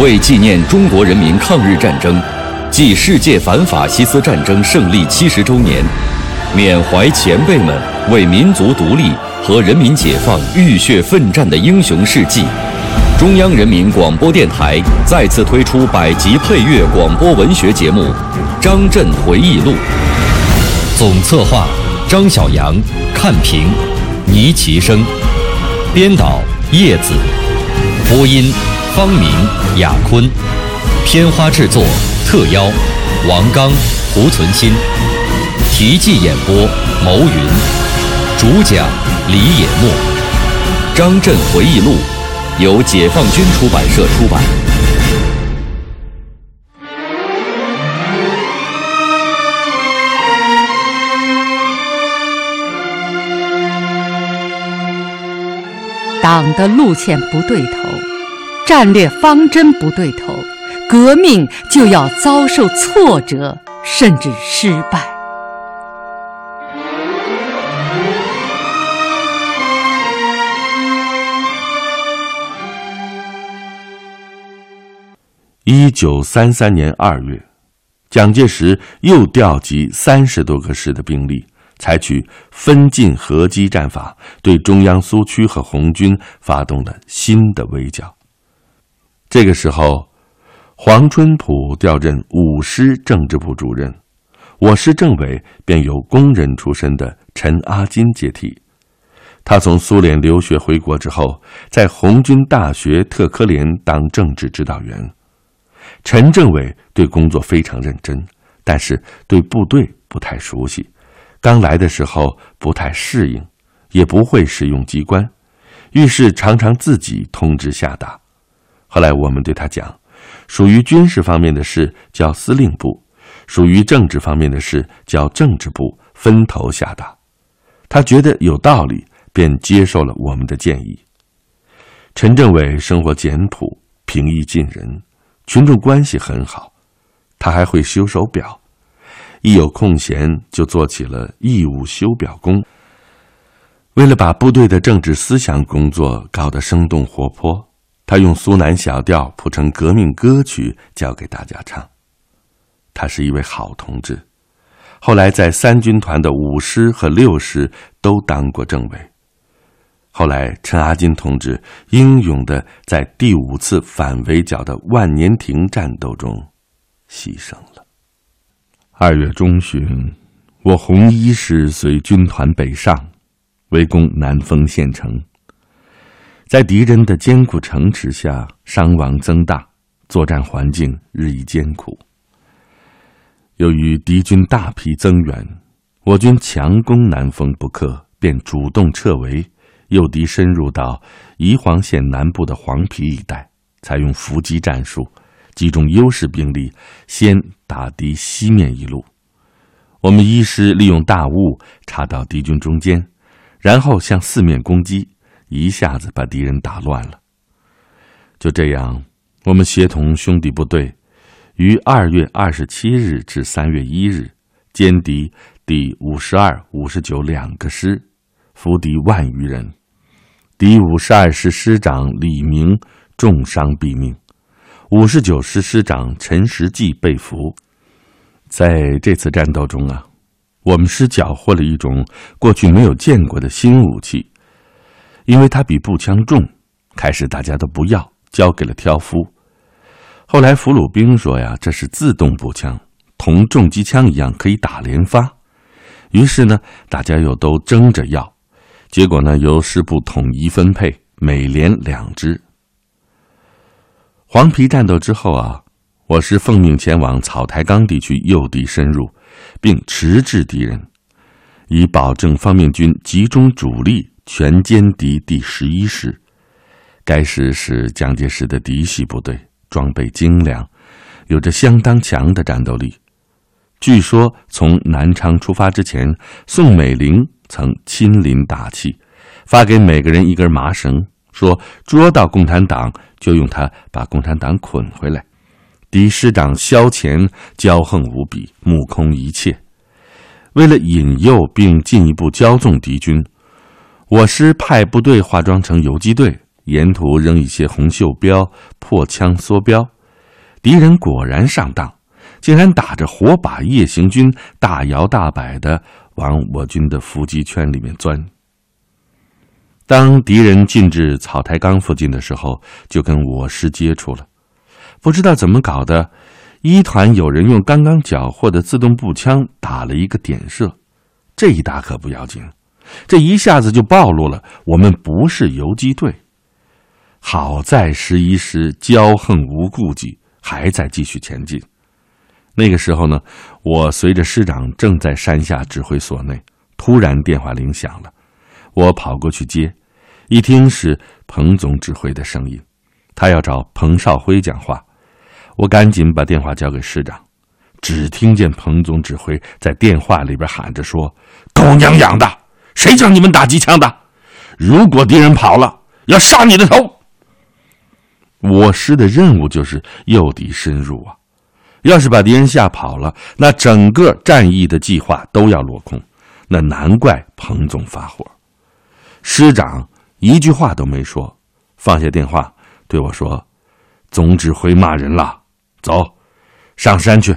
为纪念中国人民抗日战争暨世界反法西斯战争胜利70周年，缅怀前辈们为民族独立和人民解放浴血奋战的英雄事迹，中央人民广播电台再次推出百集配乐广播文学节目《张震回忆录》，总策划张晓阳、看评倪其生，编导叶子，播音方明、雅坤，片花制作特邀王刚、胡存新，题记演播牟云，主讲李野墨，《张震回忆录》由解放军出版社出版。 党的路线不对头，战略方针不对头，革命就要遭受挫折，甚至失败。 1933年2月，蒋介石又调集30多个师的兵力，采取分进合击战法，对中央苏区和红军发动了新的围剿。这个时候，黄春埔调任5师政治部主任，我师政委便由工人出身的陈阿金接替。他从苏联留学回国之后，在红军大学特科连当政治指导员。陈政委对工作非常认真，但是对部队不太熟悉，刚来的时候不太适应，也不会使用机关，遇事常常自己通知下达。后来我们对他讲，属于军事方面的事叫司令部，属于政治方面的事叫政治部，分头下达。他觉得有道理，便接受了我们的建议。陈政委生活简朴，平易近人，群众关系很好，他还会修手表，一有空闲就做起了义务修表工。为了把部队的政治思想工作搞得生动活泼，他用苏南小调谱成革命歌曲教给大家唱。他是一位好同志，后来在3军团的5师和6师都当过政委。后来陈阿金同志英勇地在第5次反围剿的万年亭战斗中牺牲了。2月中旬，我红1师随军团北上，围攻南丰县城。在敌人的坚固城池下，伤亡增大，作战环境日益艰苦。由于敌军大批增援，我军强攻南丰不克，便主动撤围，诱敌深入到宜黄县南部的黄陂一带，采用伏击战术，集中优势兵力，先打敌西面一路。我们1师利用大雾插到敌军中间，然后向4面攻击，一下子把敌人打乱了。就这样，我们协同兄弟部队，于2月27日至3月1日，歼敌第52、59两个师，俘敌1万余人。第52师师长李明重伤毙命，59师师长陈时济被俘。在这次战斗中啊，我们师缴获了一种过去没有见过的新武器，因为它比步枪重，开始大家都不要，交给了挑夫。后来俘虏兵说呀，这是自动步枪，同重机枪一样可以打连发。于是呢，大家又都争着要。结果呢，由师部统一分配，每连2支。黄陂战斗之后啊，我师奉命前往草台岗地区诱敌深入，并迟滞敌人，以保证方面军集中主力全歼敌第11师。该师是蒋介石的嫡系部队，装备精良，有着相当强的战斗力。据说从南昌出发之前，宋美龄曾亲临打气，发给每个人1根麻绳，说捉到共产党就用它把共产党捆回来。敌师长萧乾骄横无比，目空一切。为了引诱并进一步骄纵敌军，我师派部队化妆成游击队， 沿途扔一些红袖标、破枪梭标。敌人果然上当，竟然打着火把夜行军大摇大摆地往我军的伏击圈里面钻。当敌人进至草台岗附近的时候，就跟我师接触了。不知道怎么搞的，一团有人用刚刚缴获的自动步枪打了一个点射，这一打可不要紧，这一下子就暴露了我们不是游击队。好在11师骄横无顾忌，还在继续前进。那个时候呢，我随着师长正在山下指挥所内，突然电话铃响了，我跑过去接，一听是彭总指挥的声音，他要找彭少辉讲话。我赶紧把电话交给师长，只听见彭总指挥在电话里边喊着说：“狗娘养的，谁叫你们打机枪的？如果敌人跑了，要杀你的头！”我师的任务就是诱敌深入啊，要是把敌人吓跑了，那整个战役的计划都要落空，那难怪彭总发火。师长一句话都没说，放下电话对我说：“总指挥骂人了，走，上山去。”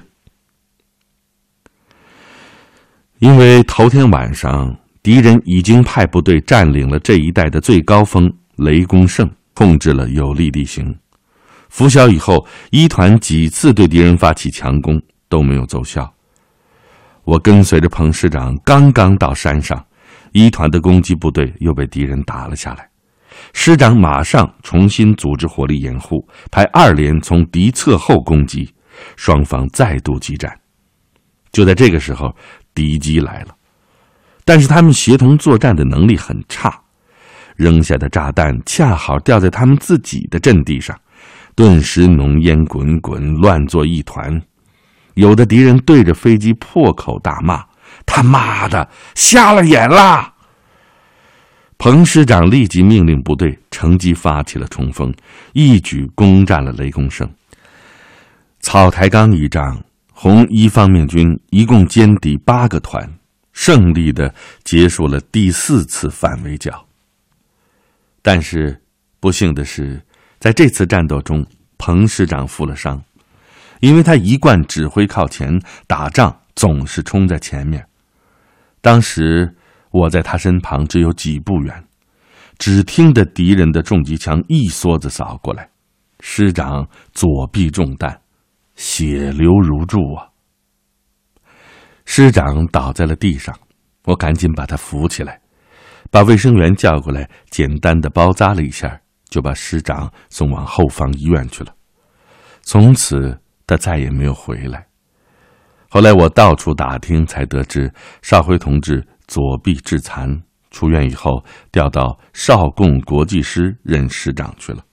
因为头天晚上敌人已经派部队占领了这一带的最高峰雷公胜，控制了有利地形。拂晓以后，一团几次对敌人发起强攻都没有奏效。我跟随着彭师长刚刚到山上，一团的攻击部队又被敌人打了下来。师长马上重新组织火力掩护，派2连从敌侧后攻击，双方再度激战。就在这个时候，敌机来了，但是他们协同作战的能力很差，扔下的炸弹恰好掉在他们自己的阵地上，顿时浓烟滚滚，乱作一团。有的敌人对着飞机破口大骂：“他妈的，瞎了眼啦！”彭师长立即命令部队乘机发起了冲锋，一举攻占了雷公胜。草台岗一仗，红一方面军一共歼敌8个团，胜利地结束了第4次反围剿。但是不幸的是，在这次战斗中，彭师长负了伤，因为他一贯指挥靠前，打仗总是冲在前面。当时我在他身旁只有几步远，只听得敌人的重机枪一梭子扫过来，师长左臂中弹，血流如注啊！师长倒在了地上，我赶紧把他扶起来，把卫生员叫过来，简单的包扎了一下，就把师长送往后方医院去了。从此他再也没有回来。后来我到处打听，才得知少辉同志左臂致残，出院以后调到少共国际师任师长去了。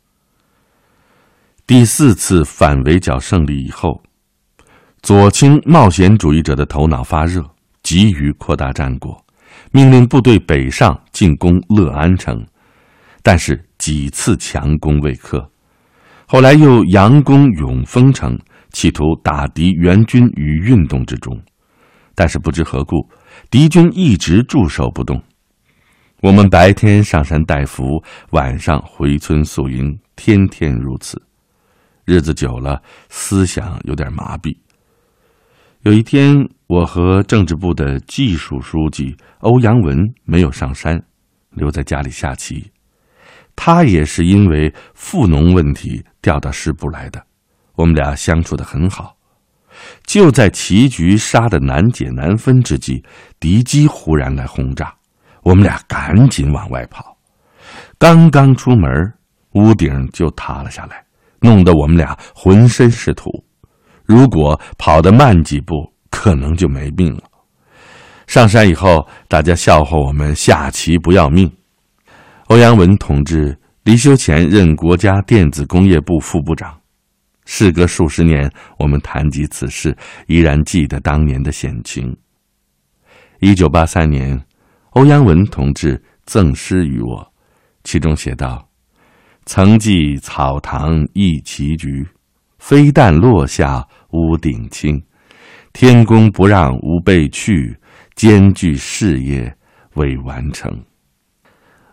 第4次反围剿胜利以后，左倾冒险主义者的头脑发热，急于扩大战果，命令部队北上进攻乐安城，但是几次强攻未克。后来又佯攻永丰城，企图打敌援军于运动之中，但是不知何故，敌军一直驻守不动。我们白天上山带俘，晚上回村宿营，天天如此。日子久了，思想有点麻痹。有一天，我和政治部的技术书记欧阳文没有上山，留在家里下棋。他也是因为富农问题调到师部来的，我们俩相处得很好。就在棋局杀得难解难分之际，敌机忽然来轰炸，我们俩赶紧往外跑。刚刚出门，屋顶就塌了下来，弄得我们俩浑身是土。如果跑得慢几步，可能就没命了。上山以后，大家笑话我们下棋不要命。欧阳文同志离休前任国家电子工业部副部长。事隔数十年，我们谈及此事，依然记得当年的险情。1983年，欧阳文同志赠诗于我，其中写道：“曾记草堂一棋局，飞弹落下屋顶青。天公不让吾辈去，艰巨事业未完成。”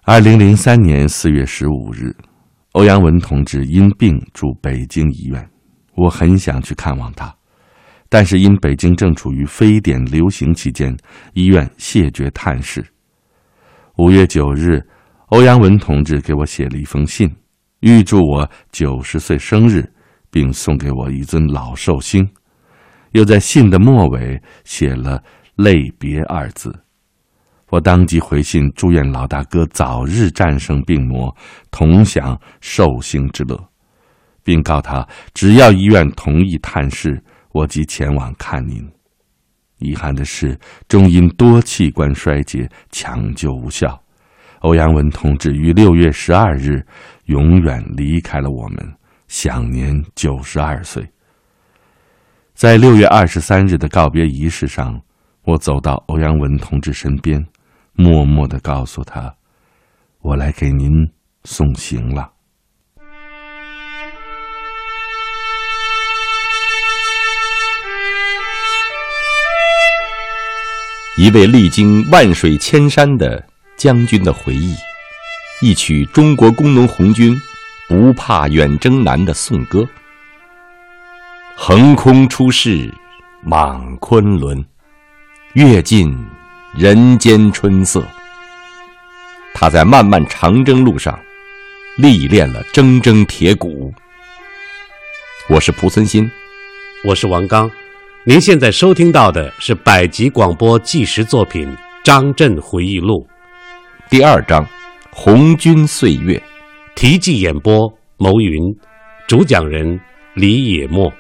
2003年4月15日，欧阳文同志因病住北京医院，我很想去看望他，但是因北京正处于非典流行期间，医院谢绝探视。5月9日，欧阳文同志给我写了一封信，预祝我90岁生日，并送给我一尊老寿星，又在信的末尾写了泪别2字。我当即回信，祝愿老大哥早日战胜病魔，同享寿星之乐，并告他只要医院同意探视，我即前往看您。遗憾的是，终因多器官衰竭，抢救无效，欧阳文同志于6月12日永远离开了我们，享年92岁。在6月23日的告别仪式上，我走到欧阳文同志身边，默默地告诉他，我来给您送行了。 一位历经万水千山的将军的回忆，一曲中国工农红军不怕远征难的颂歌。横空出世莽昆仑，阅尽人间春色。他在漫漫长征路上历练了铮铮铁骨。我是蒲存昕， 我是王刚。您现在收听到的是百集广播纪实作品《张震回忆录》 第2章《红军岁月》， 题记演播牟云，主讲人李野墨。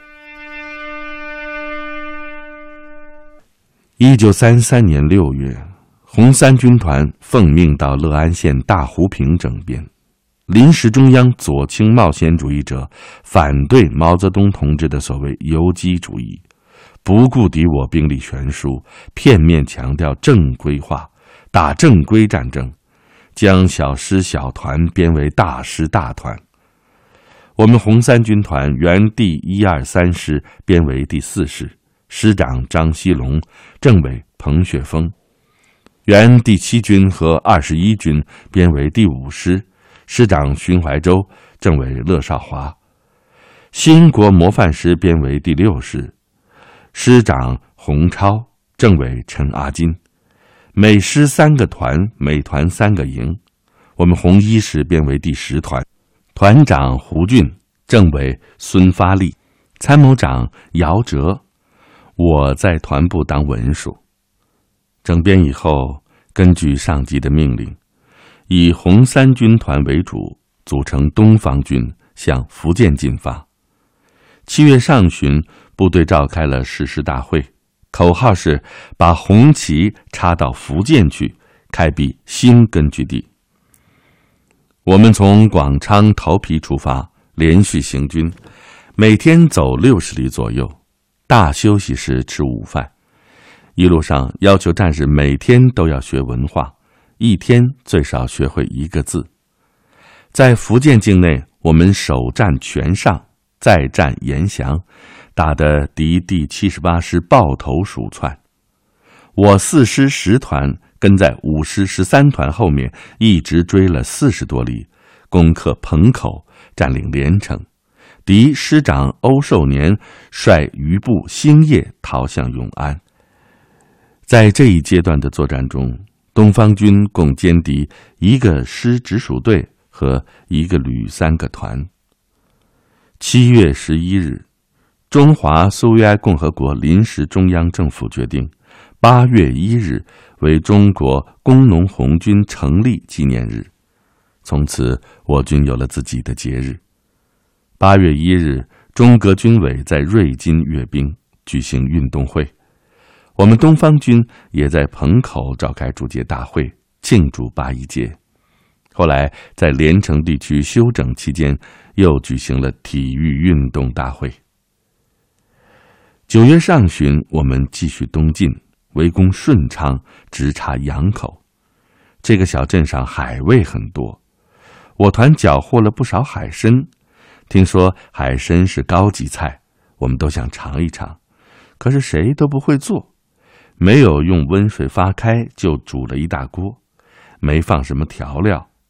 1933年6月，红三军团奉命到乐安县大湖坪整编。临时中央左倾冒险主义者反对毛泽东同志的所谓游击主义，不顾敌我兵力悬殊，片面强调正规化，打正规战争，将小师小团编为大师大团。我们红三军团原第123师编为第4师，师长张锡龙，政委彭雪枫；原第7军和21军编为第5师，师长荀怀洲，政委乐少华；新国模范师编为第6师，师长洪超，政委陈阿金。每师3个团，每团3个营。我们红一师编为第10团，团长胡俊，政委孙发力，参谋长姚哲。我在团部当文书。整编以后，根据上级的命令，以红三军团为主，组成东方军，向福建进发。7月上旬，部队召开了誓师大会，口号是把红旗插到福建去，开辟新根据地。我们从广昌头皮出发，连续行军，每天走60里左右，大休息时吃午饭。一路上要求战士每天都要学文化，一天最少学会1个字。在福建境内，我们首战全上，再战沿翔，打得敌第78师抱头鼠窜。我4师10团跟在5师13团后面，一直追了40多里，攻克彭口，占领连城。敌师长欧寿年率余部星夜逃向永安。在这一阶段的作战中，东方军共歼敌1个师直属队和1个旅3个团。7月11日，中华苏维埃共和国临时中央政府决定8月1日为中国工农红军成立纪念日，从此我军有了自己的节日。8月1日，中革军委在瑞金阅兵，举行运动会。我们东方军也在彭口召开祝捷大会，庆祝8·1节。后来在连城地区休整期间，又举行了体育运动大会。9月上旬，我们继续东进，围攻顺昌，直插阳口。这个小镇上海味很多，我团缴获了不少海参。听说海参是高级菜，我们都想尝一尝，可是谁都不会做，没有用温水发开就煮了一大锅，没放什么调料，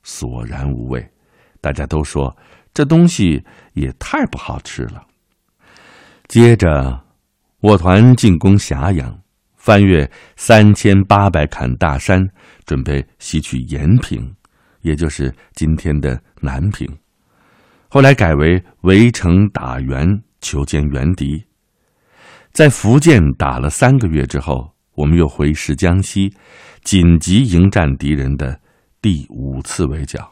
索然无味。大家都说这东西也太不好吃了。接着我团进攻咸阳，翻越3800坎大山，准备西取延平，也就是今天的南平。后来改为围城打援，求歼援敌。在福建打了3个月之后，我们又回师江西，紧急迎战敌人的第5次围剿。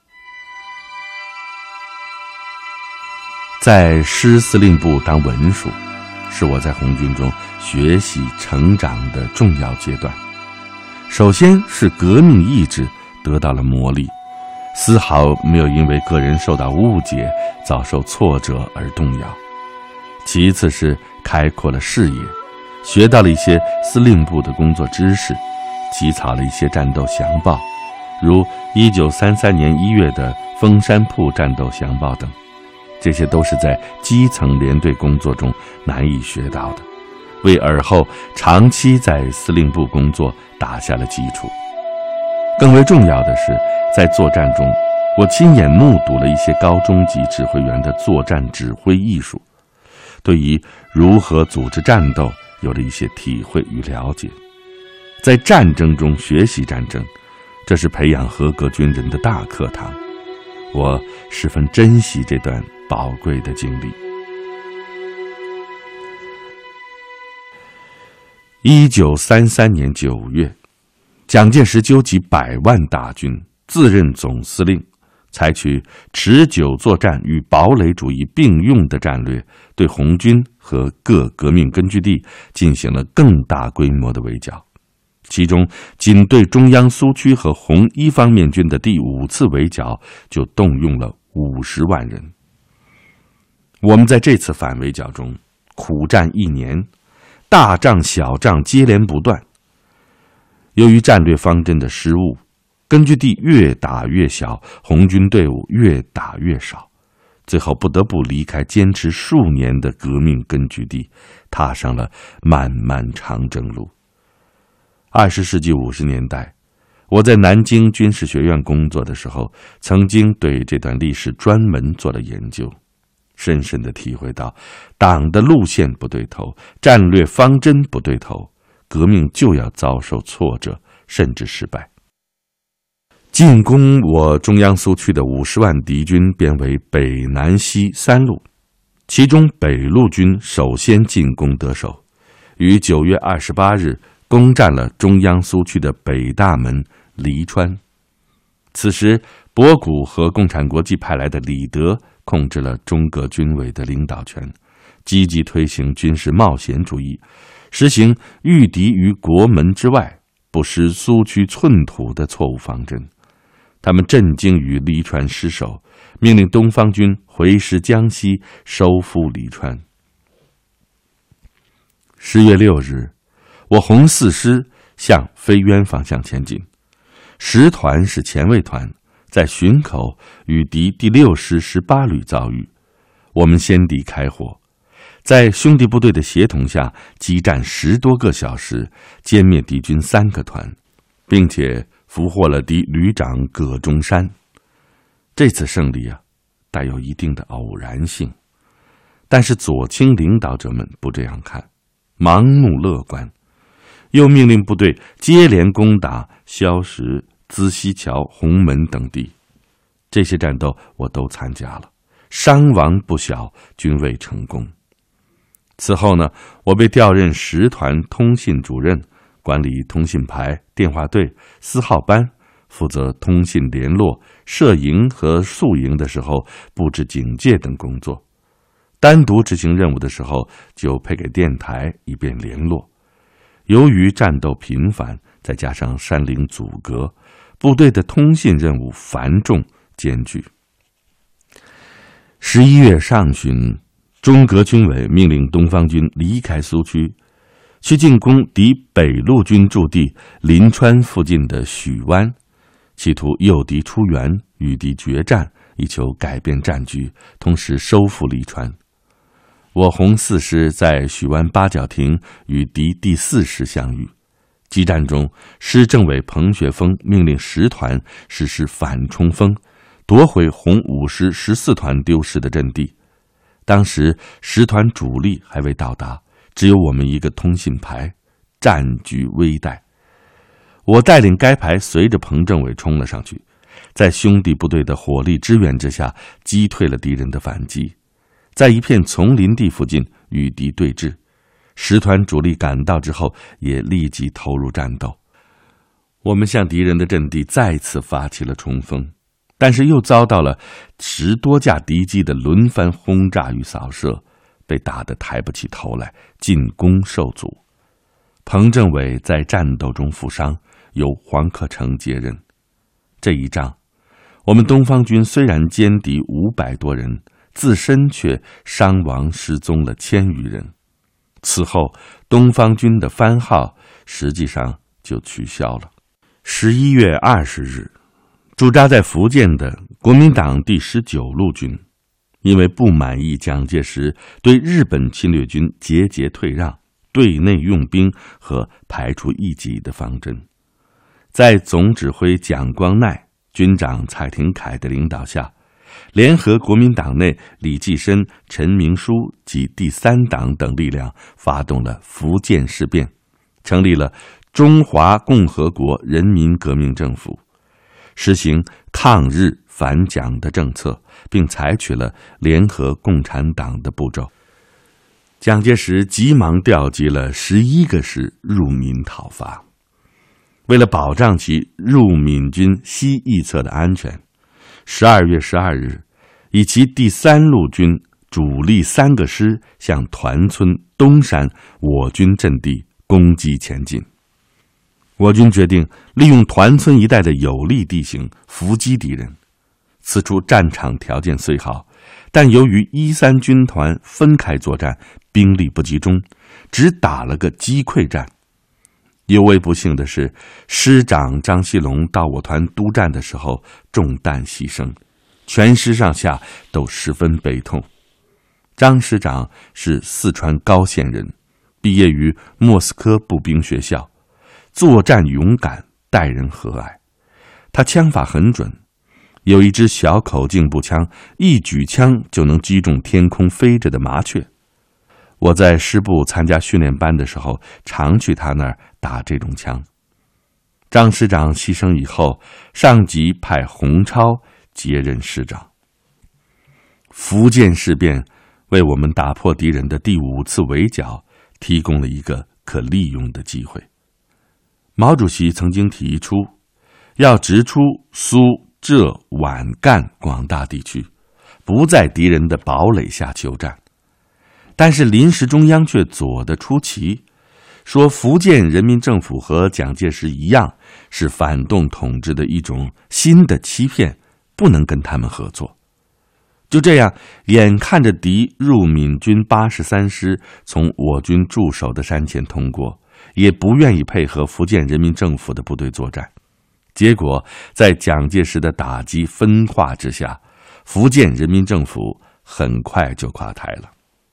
在师司令部当文书，是我在红军中学习成长的重要阶段。首先是革命意志得到了磨砺，丝毫没有因为个人受到误解、遭受挫折而动摇。其次是开阔了视野，学到了一些司令部的工作知识，起草了一些战斗详报，如1933年1月的枫山铺战斗详报等。这些都是在基层连队工作中难以学到的，为尔后长期在司令部工作打下了基础。更为重要的是，在作战中，我亲眼目睹了一些高中级指挥员的作战指挥艺术，对于如何组织战斗有了一些体会与了解。在战争中学习战争，这是培养合格军人的大课堂。我十分珍惜这段宝贵的经历。1933年9月，蒋介石纠集100万大军，自任总司令，采取持久作战与堡垒主义并用的战略，对红军和各革命根据地进行了更大规模的围剿。其中仅对中央苏区和红一方面军的第5次围剿就动用了50万人。我们在这次反围剿中苦战1年，大仗小仗接连不断。由于战略方针的失误，根据地越打越小，红军队伍越打越少，最后不得不离开坚持数年的革命根据地，踏上了漫漫长征路。20世纪50年代，我在南京军事学院工作的时候，曾经对这段历史专门做了研究，深深地体会到，党的路线不对头，战略方针不对头，革命就要遭受挫折，甚至失败。进攻我中央苏区的50万敌军编为北南西3路，其中北路军首先进攻得手，于9月28日攻占了中央苏区的北大门、黎川。此时博古和共产国际派来的李德控制了中革军委的领导权，积极推行军事冒险主义，实行御敌于国门之外，不失苏区寸土的错误方针。他们震惊于黎川失守，命令东方军回师江西，收复黎川。10月6日，我红4师向飞渊方向前进，10团是前卫团，在浔口与敌第6师18旅遭遇，我们先敌开火，在兄弟部队的协同下，激战10多个小时，歼灭敌军3个团，并且俘获了敌旅长葛中山。这次胜利带有一定的偶然性，但是左倾领导者们不这样看，盲目乐观，又命令部队接连攻打萧石、资溪桥、红门等地。这些战斗我都参加了，伤亡不小，均未成功。此后呢，我被调任10团通信主任，管理通信排、电话队、4号班，负责通信联络、设营和宿营的时候布置警戒等工作。单独执行任务的时候，就配给电台以便联络。由于战斗频繁，再加上山岭阻隔，部队的通信任务繁重艰巨。11月上旬，中革军委命令东方军离开苏区，去进攻敌北路军驻地临川附近的许湾，企图诱敌出援，与敌决战，以求改变战局，同时收复黎川。我红4师在许湾八角亭与敌第4师相遇， 激战中，师政委彭学峰命令10团实施反冲锋，夺回红5师14团丢失的阵地。当时10团主力还未到达，只有我们一个通信排，战局危殆。我带领该排随着彭政委冲了上去，在兄弟部队的火力支援之下，击退了敌人的反击，在一片丛林地附近与敌对峙。10团主力赶到之后，也立即投入战斗。我们向敌人的阵地再次发起了冲锋，但是又遭到了10多架敌机的轮番轰炸与扫射，被打得抬不起头来，进攻受阻。彭政委在战斗中负伤，由黄克诚接任。这一仗，我们东方军虽然歼敌500多人，自身却伤亡失踪了1000余人。此后，东方军的番号实际上就取消了。11月20日，驻扎在福建的国民党第19路军，因为不满意蒋介石对日本侵略军节节退让、对内用兵和排除异己的方针，在总指挥蒋光鼐、军长蔡廷锴的领导下，联合国民党内李济深、陈明书及第3党等力量，发动了福建事变，成立了中华共和国人民革命政府，实行抗日反蒋的政策，并采取了联合共产党的步骤。蒋介石急忙调集了11个师入闽讨伐。为了保障其入闽军西翼侧的安全，12月12日，以其第3路军主力3个师向团村、东山我军阵地攻击前进。我军决定利用团村一带的有利地形伏击敌人。此处战场条件虽好，但由于1、3军团分开作战，兵力不集中，只打了个击溃战。尤为不幸的是，师长张锡龙到我团督战的时候中弹牺牲，全师上下都十分悲痛。张师长是四川高县人，毕业于莫斯科步兵学校，作战勇敢，待人和蔼。他枪法很准，有一支小口径步枪，一举枪就能击中天空飞着的麻雀。我在师部参加训练班的时候，常去他那儿打这种枪。张师长牺牲以后，上级派洪超接任师长。福建事变为我们打破敌人的第5次围剿提供了一个可利用的机会。毛主席曾经提出，要直出苏、浙、皖、赣广大地区，不在敌人的堡垒下求战。但是临时中央却左得出奇，说福建人民政府和蒋介石一样，是反动统治的一种新的欺骗，不能跟他们合作。就这样，眼看着敌入闽军83师从我军驻守的山前通过，也不愿意配合福建人民政府的部队作战。结果在蒋介石的打击分化之下，福建人民政府很快就垮台了。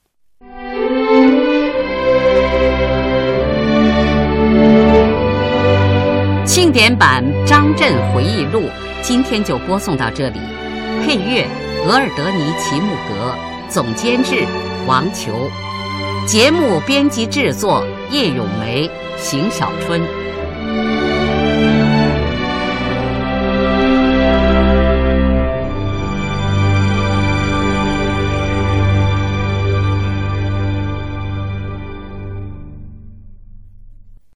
庆典版张震回忆录今天就播送到这里，配乐额尔德尼·齐木格，总监制王球，节目编辑制作叶咏梅、邢小春。